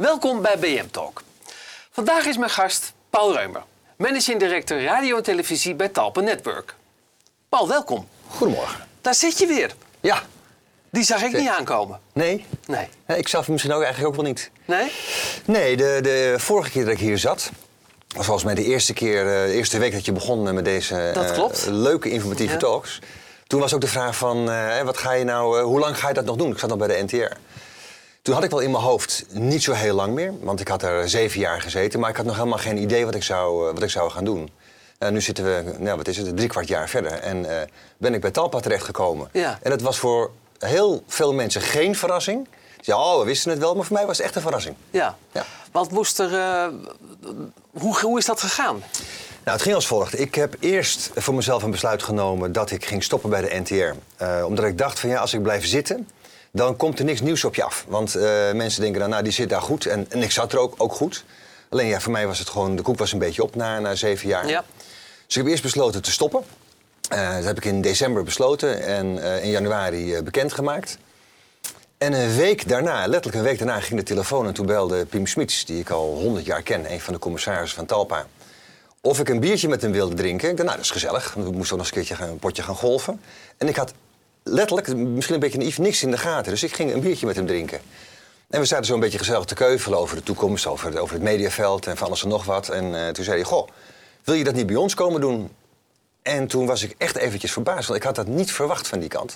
Welkom bij BM Talk. Vandaag is mijn gast Paul Reumer, managing director radio en televisie bij Talpa Network. Paul, welkom. Goedemorgen. Daar zit je weer. Ja. Die zag ik niet aankomen. Nee? Nee. Ik zelf misschien ook eigenlijk ook wel niet. Nee? Nee, de vorige keer dat ik hier zat, was volgens mij de eerste week dat je begon met deze leuke informatieve talks. Toen was ook de vraag van, wat ga je nou, hoe lang ga je dat nog doen? Ik zat nog bij de NTR. Toen had ik wel in mijn hoofd niet zo heel lang meer, want ik had er 7 jaar gezeten, maar ik had nog helemaal geen idee wat ik zou gaan doen. Nu zitten we, 3/4 jaar verder en ben ik bij Talpa terechtgekomen. Ja. En dat was voor heel veel mensen geen verrassing. Ja, we wisten het wel, maar voor mij was het echt een verrassing. Ja. Want moest er, hoe is dat gegaan? Nou, het ging als volgt. Ik heb eerst voor mezelf een besluit genomen dat ik ging stoppen bij de NTR. Omdat ik dacht van ja, als ik blijf zitten, dan komt er niks nieuws op je af. Want mensen denken dan, nou, die zit daar goed. En ik zat er ook goed. Alleen ja, voor mij was het gewoon, de koek was een beetje op na 7 jaar. Ja. Dus ik heb eerst besloten te stoppen. Dat heb ik in december besloten en in januari bekendgemaakt. En letterlijk een week daarna, ging de telefoon en toen belde Pim Smits, die ik al 100 jaar ken, een van de commissarissen van Talpa, of ik een biertje met hem wilde drinken. Ik dacht, nou, dat is gezellig. We moesten nog eens een keertje een potje gaan golfen. En ik had letterlijk, misschien een beetje naïef, niks in de gaten. Dus ik ging een biertje met hem drinken. En we zaten zo een beetje gezellig te keuvelen over de toekomst, over het mediaveld en van alles en nog wat. En toen zei hij, goh, wil je dat niet bij ons komen doen? En toen was ik echt eventjes verbaasd, want ik had dat niet verwacht van die kant.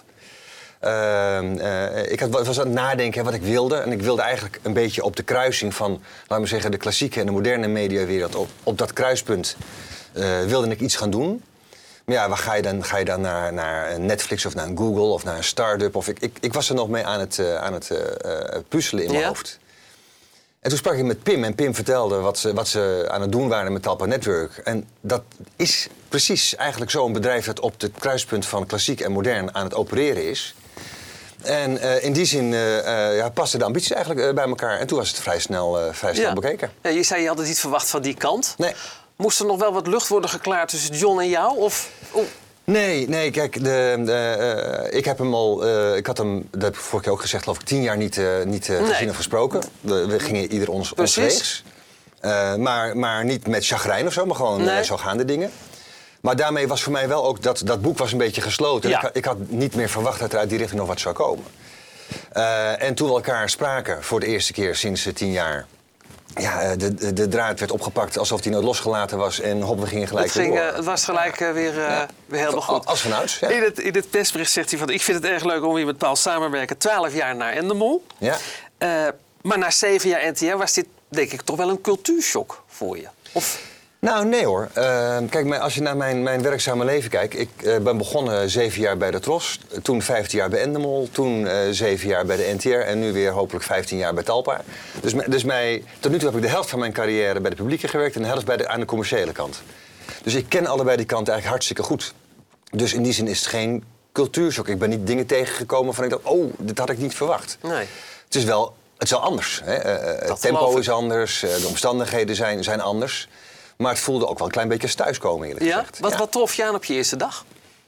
Ik was aan het nadenken wat ik wilde. En ik wilde eigenlijk een beetje op de kruising van, laten we zeggen, de klassieke en de moderne mediawereld. Op dat kruispunt wilde ik iets gaan doen. Maar ja, waar ga je dan? Ga je dan naar Netflix of naar een Google of naar een start-up? Of ik was er nog mee aan het puzzelen in mijn hoofd. En toen sprak ik met Pim en Pim vertelde wat ze aan het doen waren met Talpa Network. En dat is precies eigenlijk zo'n bedrijf dat op het kruispunt van klassiek en modern aan het opereren is. En in die zin pasten de ambities eigenlijk bij elkaar. En toen was het vrij snel bekeken. Ja, je zei je had het niet verwacht van die kant. Nee. Moest er nog wel wat lucht worden geklaard tussen John en jou? Of? Nee, kijk, ik heb hem al, ik had hem, dat heb ik vorige keer ook gezegd, geloof ik, 10 jaar niet gezien of gesproken. We gingen ieder ons weegs. Maar niet met chagrijn of zo, maar gewoon zo gaan de dingen. Maar daarmee was voor mij wel ook, dat boek was een beetje gesloten. Ja. Ik had niet meer verwacht dat er uit die richting nog wat zou komen. En toen we elkaar spraken voor de eerste keer sinds 10 jaar. Ja, de draad werd opgepakt alsof die nooit losgelaten was en hop, we gingen gelijk door. Het was gelijk weer helemaal goed. Als vanuit. Ja. In het persbericht zegt hij van, ik vind het erg leuk om hier met Paul samenwerken. 12 jaar naar Endemol. Ja. Maar na 7 jaar NTR was dit, denk ik, toch wel een cultuurshock voor je? Of? Nou, nee hoor. Kijk, als je naar mijn werkzame leven kijkt. Ik ben begonnen 7 jaar bij de Tros. Toen 15 jaar bij Endemol. Toen 7 jaar bij de NTR. En nu weer hopelijk 15 jaar bij Talpa. Dus tot nu toe heb ik de helft van mijn carrière bij de publieke gewerkt. En de helft aan de commerciële kant. Dus ik ken allebei die kanten eigenlijk hartstikke goed. Dus in die zin is het geen cultuurshock. Ik ben niet dingen tegengekomen van ik dacht, oh, dit had ik niet verwacht. Nee. Het is wel anders. Hè? Het tempo is anders. De omstandigheden zijn anders. Maar het voelde ook wel een klein beetje als thuiskomen, eerlijk gezegd. Wat trof je aan op je eerste dag?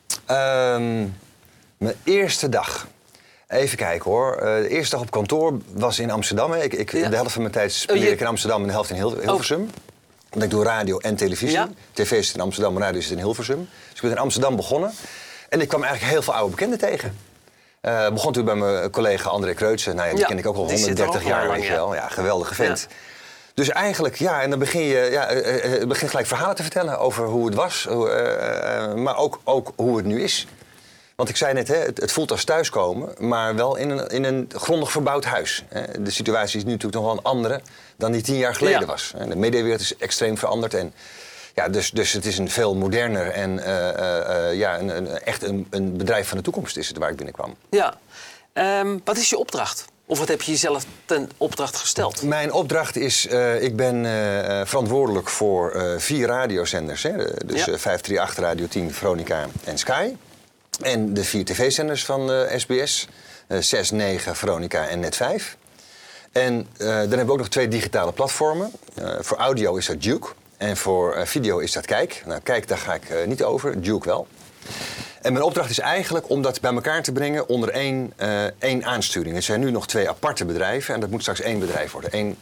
Mijn eerste dag. Even kijken hoor. De eerste dag op kantoor was in Amsterdam. De helft van mijn tijd spendeer ik in Amsterdam en de helft in Hilversum. Want ik doe radio en televisie. Ja. TV zit in Amsterdam, radio zit in Hilversum. Dus ik ben in Amsterdam begonnen. En ik kwam eigenlijk heel veel oude bekenden tegen. Begon toen bij mijn collega André Kreutze. Nou ja, die ken ik ook al 130 jaar, weet je wel. Ja, geweldige vent. Ja. Dus eigenlijk, ja, en dan begin je gelijk verhalen te vertellen over hoe het was. Maar ook hoe het nu is. Want ik zei net, het voelt als thuiskomen, maar wel in een grondig verbouwd huis. De situatie is nu natuurlijk nog wel een andere dan die 10 jaar geleden was. De mediawereld is extreem veranderd. En, ja, dus het is een veel moderner en echt een bedrijf van de toekomst is het waar ik binnenkwam. Ja. Wat is je opdracht? Of wat heb je jezelf ten opdracht gesteld? Mijn opdracht is, ik ben verantwoordelijk voor 4 radiozenders. Dus 538, Radio 10, Veronica en Sky. En de 4 tv-zenders van SBS. 6, 9, Veronica en Net 5. En dan hebben we ook nog 2 digitale platformen. Voor audio is dat Duke. En voor video is dat Kijk. Nou, Kijk, daar ga ik niet over. Duke wel. En mijn opdracht is eigenlijk om dat bij elkaar te brengen onder één aansturing. Het zijn nu nog 2 aparte bedrijven en dat moet straks 1 bedrijf worden.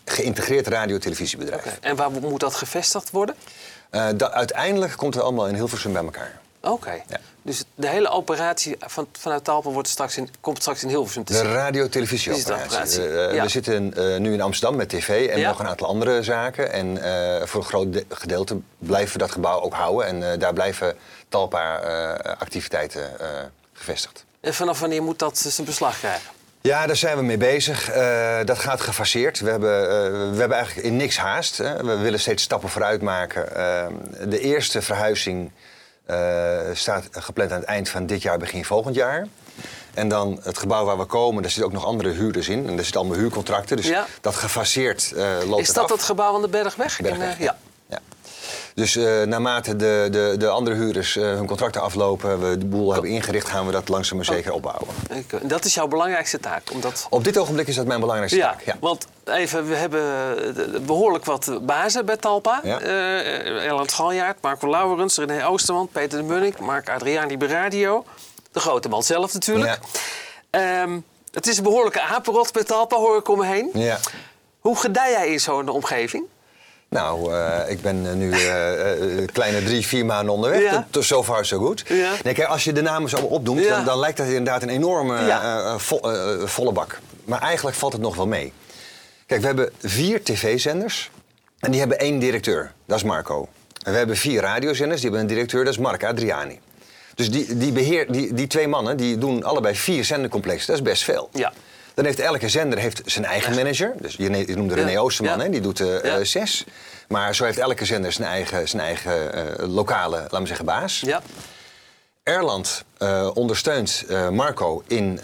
geïntegreerd radio-televisiebedrijf. Okay. En waar moet dat gevestigd worden? Uiteindelijk komt het allemaal in Hilversum bij elkaar. Oké. Ja. Dus de hele operatie vanuit Talpa komt straks in Hilversum te zien? De radio-televisieoperatie. We zitten nu in Amsterdam met tv en nog een aantal andere zaken. En voor een groot gedeelte blijven we dat gebouw ook houden. En daar blijven Talpa-activiteiten gevestigd. En vanaf wanneer moet dat zijn beslag krijgen? Ja, daar zijn we mee bezig. Dat gaat gefaseerd. We hebben eigenlijk in niks haast. Hè. We willen steeds stappen vooruit maken. De eerste verhuizing staat gepland aan het eind van dit jaar, begin volgend jaar. En dan het gebouw waar we komen, daar zitten ook nog andere huurders in. En er zitten allemaal huurcontracten. Dus dat gefaseerd loopt Is dat af. het gebouw aan de Bergweg? Bergweg, ja. Dus naarmate de andere huurders hun contracten aflopen, we de boel hebben ingericht, gaan we dat langzaam maar zeker opbouwen. Dat is jouw belangrijkste taak? Op dit ogenblik is dat mijn belangrijkste taak. Ja, want even, we hebben behoorlijk wat bazen bij Talpa. Ja. Erland Galjaard, Marco Lauwerens, René Oosterman, Peter de Munnik, Mark Adriani bij Radio. De grote man zelf natuurlijk. Ja. Het is een behoorlijke apenrot bij Talpa, hoor ik om me heen. Ja. Hoe gedij jij in zo'n omgeving? Nou, ik ben nu kleine 3-4 maanden onderweg. Ja. So far, so good. Ja. Nee, kijk, als je de namen zo opdoemt, dan lijkt dat inderdaad een enorme volle bak. Maar eigenlijk valt het nog wel mee. Kijk, we hebben 4 tv-zenders en die hebben 1 directeur. Dat is Marco. En we hebben 4 radiozenders, die hebben een directeur, dat is Mark Adriani. Dus die 2 mannen die doen allebei 4 zendercomplexen. Dat is best veel. Ja. Dan heeft elke zender zijn eigen manager. Dus je noemde René Oosterman, hè, die doet 6. Maar zo heeft elke zender zijn eigen lokale, laten we zeggen, baas. Ja. Erland ondersteunt Marco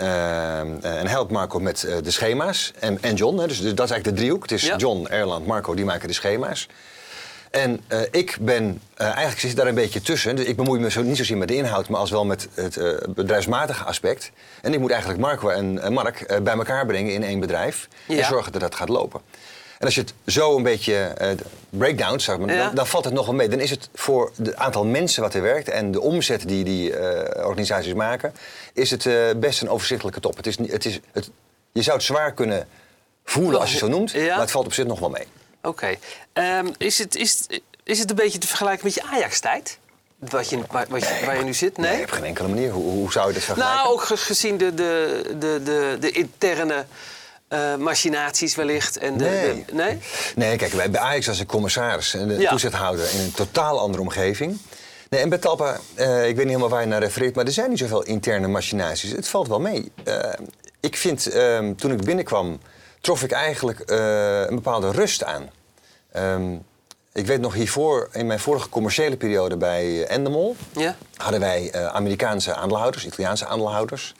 en helpt Marco met de schema's. En John, hè, dus dat is eigenlijk de driehoek. Het is John, Erland, Marco, die maken de schema's. En ik ben, eigenlijk zit daar een beetje tussen. Dus ik bemoei me niet zozeer met de inhoud, maar als wel met het bedrijfsmatige aspect. En ik moet eigenlijk Marco en Mark bij elkaar brengen in 1 bedrijf. En zorgen dat dat gaat lopen. En als je het zo een beetje breakdowns, zeg maar, dan valt het nog wel mee. Dan is het voor het aantal mensen wat er werkt en de omzet die organisaties maken, is het best een overzichtelijke top. Je zou het zwaar kunnen voelen als je het zo noemt, maar het valt op zich nog wel mee. Oké. Is het een beetje te vergelijken met je Ajax-tijd? Waar je nu zit? Nee, op geen enkele manier. Hoe zou je dat vergelijken? Nou, ook gezien de interne machinaties wellicht. En Nee, kijk, bij Ajax was ik commissaris en de toezichthouder in een totaal andere omgeving. Nee, en bij Talpa, ik weet niet helemaal waar je naar refereert, maar er zijn niet zoveel interne machinaties. Het valt wel mee. Ik vind, toen ik binnenkwam, trof ik eigenlijk een bepaalde rust aan. Ik weet nog hiervoor, in mijn vorige commerciële periode bij Endemol, hadden wij Amerikaanse aandeelhouders, Italiaanse aandeelhouders.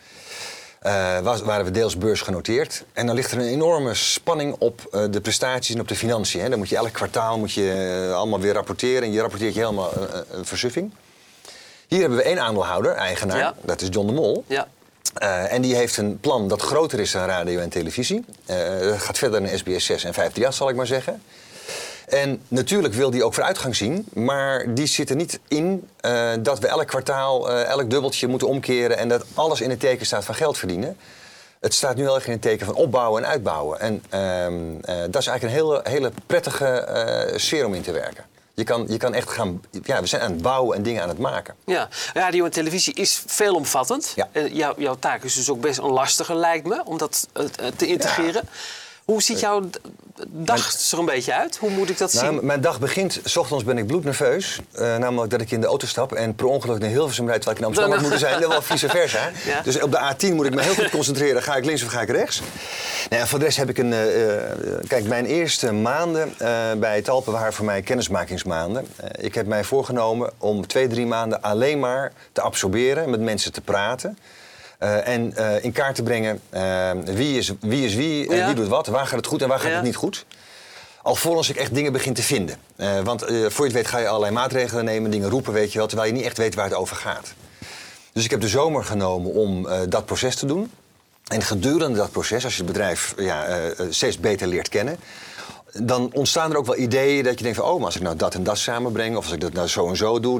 Waren we deels beursgenoteerd. En dan ligt er een enorme spanning op de prestaties en op de financiën. Hè. Dan moet je elk kwartaal allemaal weer rapporteren. En je rapporteert je helemaal een versuffing. Hier hebben we 1 aandeelhouder, eigenaar. Dat is John de Mol. Ja. En die heeft een plan dat groter is dan radio en televisie. Dat gaat verder dan SBS 6 en 538, zal ik maar zeggen. En natuurlijk wil die ook vooruitgang zien, maar die zit er niet in dat we elk kwartaal elk dubbeltje moeten omkeren en dat alles in het teken staat van geld verdienen. Het staat nu heel erg in het teken van opbouwen en uitbouwen. En dat is eigenlijk een hele prettige sfeer om in te werken. Je kan echt gaan. Ja, we zijn aan het bouwen en dingen aan het maken. Ja, radio en televisie is veelomvattend. Ja. Jouw taak is dus ook best een lastige, lijkt me, om dat te integreren. Ja. Hoe ziet jouw dag er een beetje uit? Hoe moet ik dat zien? Mijn dag begint, 's ochtends ben ik bloednerveus. Namelijk dat ik in de auto stap en per ongeluk naar Hilversum rijd terwijl ik in Amsterdam had moeten zijn. Dat wel vice versa. Ja. Dus op de A10 moet ik me heel goed concentreren. Ga ik links of ga ik rechts? Nou, voor de rest heb ik kijk, mijn eerste maanden bij Talpa waren voor mij kennismakingsmaanden. Ik heb mij voorgenomen om 2-3 maanden alleen maar te absorberen, met mensen te praten. En in kaart te brengen wie is wie en wie doet wat, waar gaat het goed en waar gaat het niet goed. Alvorens ik echt dingen begin te vinden. Want voor je het weet ga je allerlei maatregelen nemen, dingen roepen, weet je wel, terwijl je niet echt weet waar het over gaat. Dus ik heb de zomer genomen om dat proces te doen. En gedurende dat proces, als je het bedrijf steeds beter leert kennen, dan ontstaan er ook wel ideeën dat je denkt van, oh, maar als ik nou dat en dat samenbreng, of als ik dat nou zo en zo doe,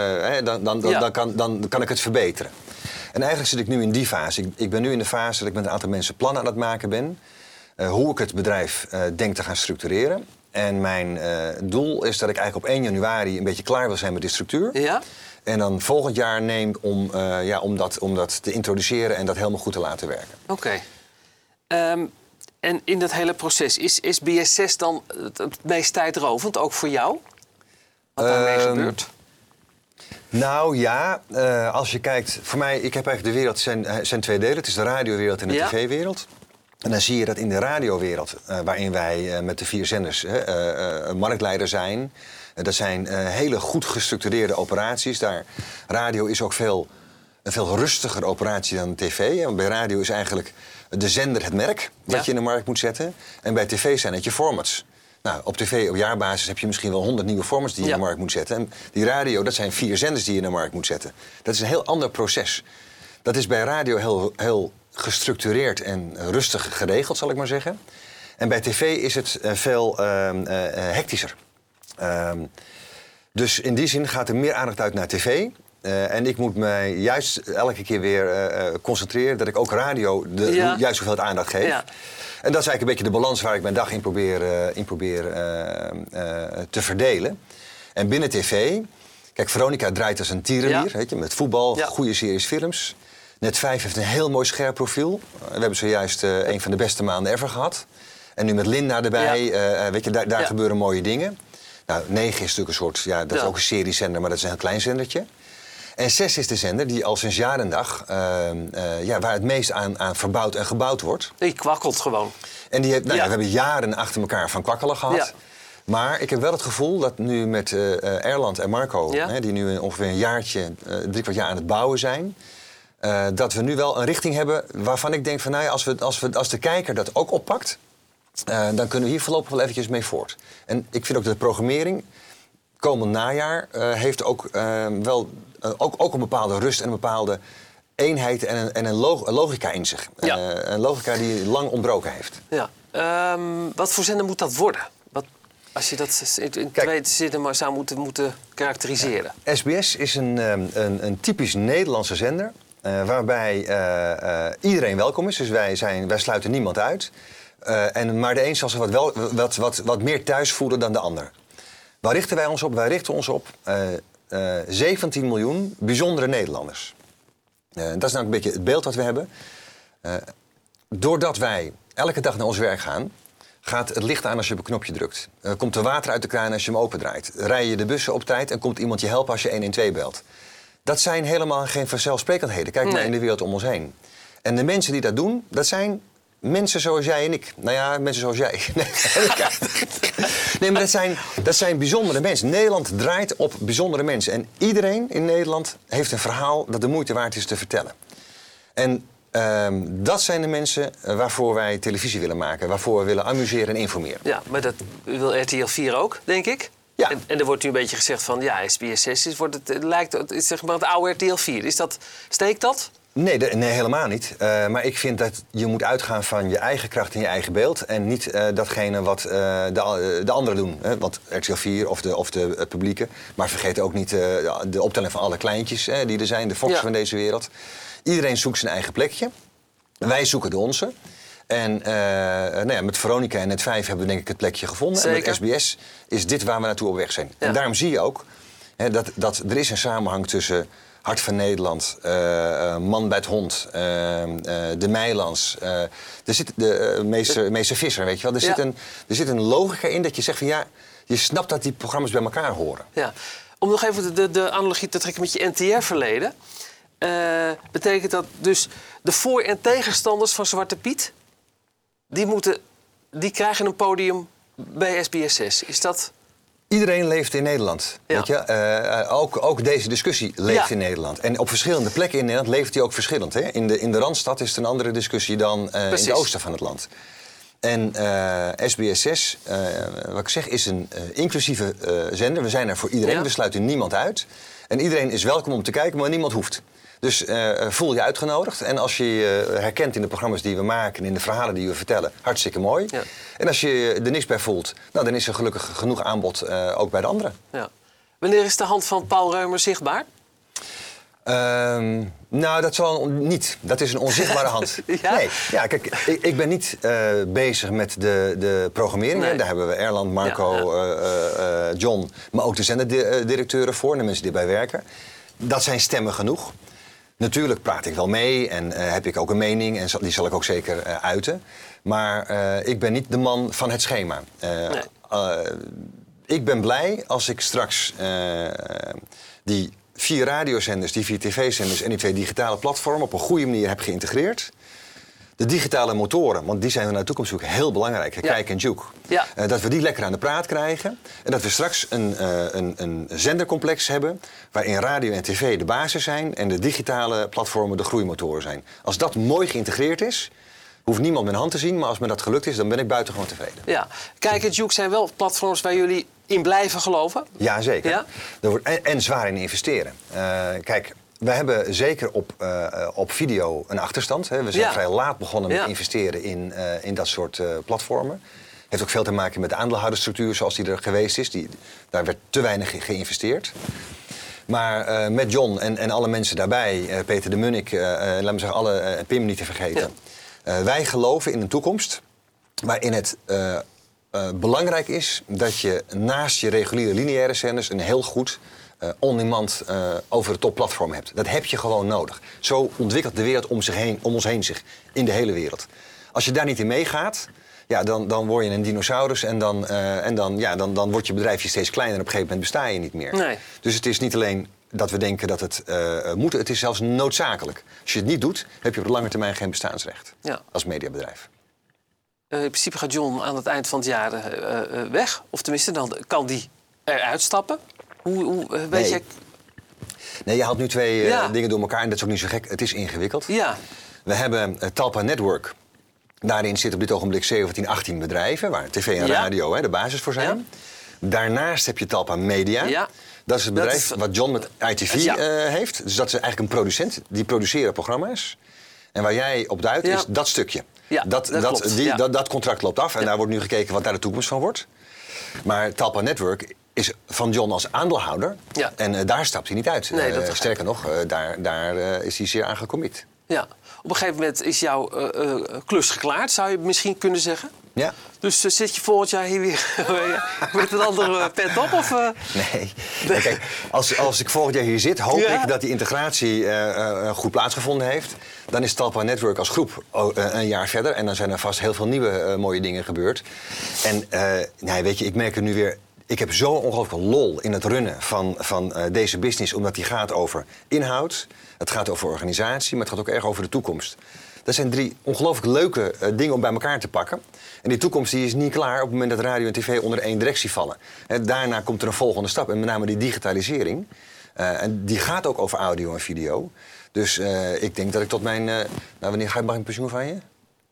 dan kan ik het verbeteren. En eigenlijk zit ik nu in die fase. Ik ben nu in de fase dat ik met een aantal mensen plannen aan het maken ben. hoe ik het bedrijf denk te gaan structureren. En mijn doel is dat ik eigenlijk op 1 januari een beetje klaar wil zijn met de structuur. Ja? En dan volgend jaar neem om dat te introduceren en dat helemaal goed te laten werken. Oké. En in dat hele proces, is SBS6 dan het meest tijdrovend, ook voor jou? Wat daarmee gebeurt? Nou ja, als je kijkt... Voor mij, ik heb eigenlijk de wereld zijn 2 delen. Het is de radiowereld en de tv-wereld. En dan zie je dat in de radiowereld, waarin wij met de 4 zenders marktleider zijn... dat zijn hele goed gestructureerde operaties. Radio is ook een veel rustiger operatie dan tv. Want bij radio is eigenlijk de zender het merk wat je in de markt moet zetten. En bij tv zijn het je formats. Nou, op tv op jaarbasis heb je misschien wel 100 nieuwe formats die je in de markt moet zetten. En die radio, dat zijn 4 zenders die je in de markt moet zetten. Dat is een heel ander proces. Dat is bij radio heel gestructureerd en rustig geregeld, zal ik maar zeggen. En bij tv is het veel hectischer. Dus in die zin gaat er meer aandacht uit naar tv. En ik moet mij juist elke keer weer concentreren dat ik ook radio juist zoveel aandacht geef. Ja. En dat is eigenlijk een beetje de balans waar ik mijn dag in probeer te verdelen. En binnen tv... Kijk, Veronica draait als een tierenlier, weet je, met voetbal, goede series, films. Net5 heeft een heel mooi scherp profiel. We hebben zojuist een van de beste maanden ever gehad. En nu met Linda erbij, weet je, daar gebeuren mooie dingen. Nou, 9 is natuurlijk een soort, dat is ook een seriezender, maar dat is een heel klein zendertje. En 6 is de zender die al sinds jaar en dag, waar het meest aan verbouwd en gebouwd wordt. Die kwakkelt gewoon. En die heeft, we hebben jaren achter elkaar van kwakkelen gehad. Ja. Maar ik heb wel het gevoel dat nu met Erland en Marco, die nu ongeveer een jaartje, 3/4 jaar aan het bouwen zijn, dat we nu wel een richting hebben waarvan ik denk van, nou ja, als de kijker dat ook oppakt, dan kunnen we hier voorlopig wel eventjes mee voort. En ik vind ook dat de programmering komend najaar heeft ook wel ook een bepaalde rust en een bepaalde eenheid en een logica in zich. Een logica die lang ontbroken heeft. Ja. Wat voor zender moet dat worden? Als je dat in 2 zinnen zou moeten karakteriseren. Ja. SBS is een typisch Nederlandse zender. Waarbij iedereen welkom is. Dus wij sluiten niemand uit. Maar de een zal zich wat meer thuis voelen dan de ander. Waar richten wij ons op? Wij richten ons op 17 miljoen bijzondere Nederlanders. Dat is nou een beetje het beeld wat we hebben. Doordat wij elke dag naar ons werk gaan, gaat het licht aan als je op een knopje drukt. Komt er water uit de kraan als je hem opendraait. Rij je de bussen op tijd en komt iemand je helpen als je 112 belt. Dat zijn helemaal geen vanzelfsprekendheden. Kijk maar in de wereld om ons heen. En de mensen die dat doen, dat zijn mensen zoals jij en ik. Nou ja, mensen zoals jij. Nee, maar dat zijn bijzondere mensen. Nederland draait op bijzondere mensen. En iedereen in Nederland heeft een verhaal dat de moeite waard is te vertellen. En dat zijn de mensen waarvoor wij televisie willen maken. Waarvoor we willen amuseren en informeren. Ja, maar dat wil RTL 4 ook, denk ik. Ja. En er wordt nu een beetje gezegd van, SBS6 lijkt zeg maar het oude RTL 4. Steekt dat? Nee, helemaal niet. Maar ik vind dat je moet uitgaan van je eigen kracht en je eigen beeld. En niet datgene wat de anderen doen. Hè? Want RTL 4 of de publieke. Maar vergeet ook niet de optelling van alle kleintjes die er zijn. De Fox van deze wereld. Iedereen zoekt zijn eigen plekje. Wij zoeken de onze. En met Veronica en Net5 hebben we denk ik het plekje gevonden. Zeker. En met SBS is dit waar we naartoe op weg zijn. Ja. En daarom zie je ook dat er is een samenhang tussen Hart van Nederland, Man bij het Hond, De Meilands. Er zit de meester Visser, weet je wel. Er zit een logica in dat je zegt van je snapt dat die programma's bij elkaar horen. Ja. Om nog even de analogie te trekken met je NTR-verleden. Betekent dat dus de voor- en tegenstanders van Zwarte Piet, die krijgen een podium bij SBS6. Is dat? Iedereen leeft in Nederland. Ja. Weet je? Ook deze discussie leeft in Nederland. En op verschillende plekken in Nederland leeft die ook verschillend. Hè? In de Randstad is het een andere discussie dan in het oosten van het land. En SBS6, wat ik zeg, is een inclusieve zender. We zijn er voor iedereen, we sluiten niemand uit. En iedereen is welkom om te kijken, maar niemand hoeft. Dus voel je uitgenodigd. En als je je herkent in de programma's die we maken en in de verhalen die we vertellen, hartstikke mooi. Ja. En als je er niks bij voelt, dan is er gelukkig genoeg aanbod ook bij de anderen. Ja. Wanneer is de hand van Paul Reumer zichtbaar? Nou, dat zal niet. Dat is een onzichtbare hand. Ja? Nee, ja, kijk, ik ben niet bezig met de programmering. Nee. Daar hebben we Erland, Marco, John, maar ook de zenderdirecteuren voor en de mensen die erbij werken. Dat zijn stemmen genoeg. Natuurlijk praat ik wel mee en heb ik ook een mening en die zal ik ook zeker uiten. Maar ik ben niet de man van het schema. Ik ben blij als ik straks die 4 radiozenders, die 4 tv-zenders en die 2 digitale platformen op een goede manier heb geïntegreerd. De digitale motoren, want die zijn naar de toekomst ook heel belangrijk. Kijk en Juke. Ja. Dat we die lekker aan de praat krijgen. En dat we straks een zendercomplex hebben waarin radio en tv de basis zijn en de digitale platformen de groeimotoren zijn. Als dat mooi geïntegreerd is, hoeft niemand mijn hand te zien, maar als me dat gelukt is, dan ben ik buitengewoon tevreden. Ja. Kijk en Juke zijn wel platforms waar jullie in blijven geloven? Jazeker. Ja? En zwaar in investeren. Kijk, we hebben zeker op video een achterstand. Hè. We zijn vrij laat begonnen met investeren in dat soort platformen. Heeft ook veel te maken met de aandeelhoudersstructuur zoals die er geweest is. Daar werd te weinig geïnvesteerd. Maar met John en alle mensen daarbij, Peter de Munnik, laat me zeggen, Pim niet te vergeten. Ja. Wij geloven in een toekomst waarin het belangrijk is dat je naast je reguliere lineaire zenders een heel goed on-demand over het top platform hebt. Dat heb je gewoon nodig. Zo ontwikkelt de wereld om ons heen zich in de hele wereld. Als je daar niet in meegaat, ja, dan word je een dinosaurus en dan wordt je bedrijfje steeds kleiner en op een gegeven moment besta je niet meer. Nee. Dus het is niet alleen dat we denken dat het moet, het is zelfs noodzakelijk. Als je het niet doet, heb je op de lange termijn geen bestaansrecht als mediabedrijf. In principe gaat John aan het eind van het jaar weg. Of tenminste, dan kan die eruit stappen. Hoe weet je... Nee, je haalt nu 2 dingen door elkaar en dat is ook niet zo gek. Het is ingewikkeld. Ja. We hebben Talpa Network. Daarin zitten op dit ogenblik 17, 18 bedrijven... waar tv en radio de basis voor zijn. Ja. Daarnaast heb je Talpa Media. Ja. Dat is het bedrijf wat John met ITV heeft. Dus dat is eigenlijk een producent. Die produceren programma's. En waar jij op duidt is dat stukje. Ja, dat contract loopt af en daar wordt nu gekeken wat daar de toekomst van wordt. Maar Talpa Network is van John als aandeelhouder en daar stapt hij niet uit. Nee, sterker nog, daar is hij zeer aan gecommit. Ja, op een gegeven moment is jouw klus geklaard, zou je misschien kunnen zeggen. Ja. Dus zit je volgend jaar hier weer met een andere pet op? Of, Nee. Kijk, als ik volgend jaar hier zit, hoop ik dat die integratie goed plaatsgevonden heeft. Dan is Talpa Network als groep een jaar verder. En dan zijn er vast heel veel nieuwe mooie dingen gebeurd. En weet je, ik merk er nu weer... Ik heb zo ongelooflijk lol in het runnen van deze business, omdat die gaat over inhoud. Het gaat over organisatie, maar het gaat ook erg over de toekomst. Dat zijn 3 ongelooflijk leuke dingen om bij elkaar te pakken. En die toekomst die is niet klaar op het moment dat radio en tv onder 1 directie vallen. En daarna komt er een volgende stap, en met name die digitalisering. En die gaat ook over audio en video. Dus ik denk dat ik tot mijn... wanneer mag ik pensioen van je?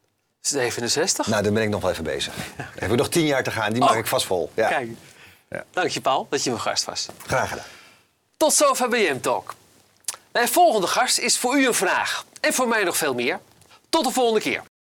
67? Nou, dan ben ik nog wel even bezig. Dan heb ik nog 10 jaar te gaan, die mag ik vast vol. Ja. Kijk. Ja. Dank je, Paul, dat je mijn gast was. Graag gedaan. Tot zover BM Talk. Mijn volgende gast is voor u een vraag. En voor mij nog veel meer. Tot de volgende keer.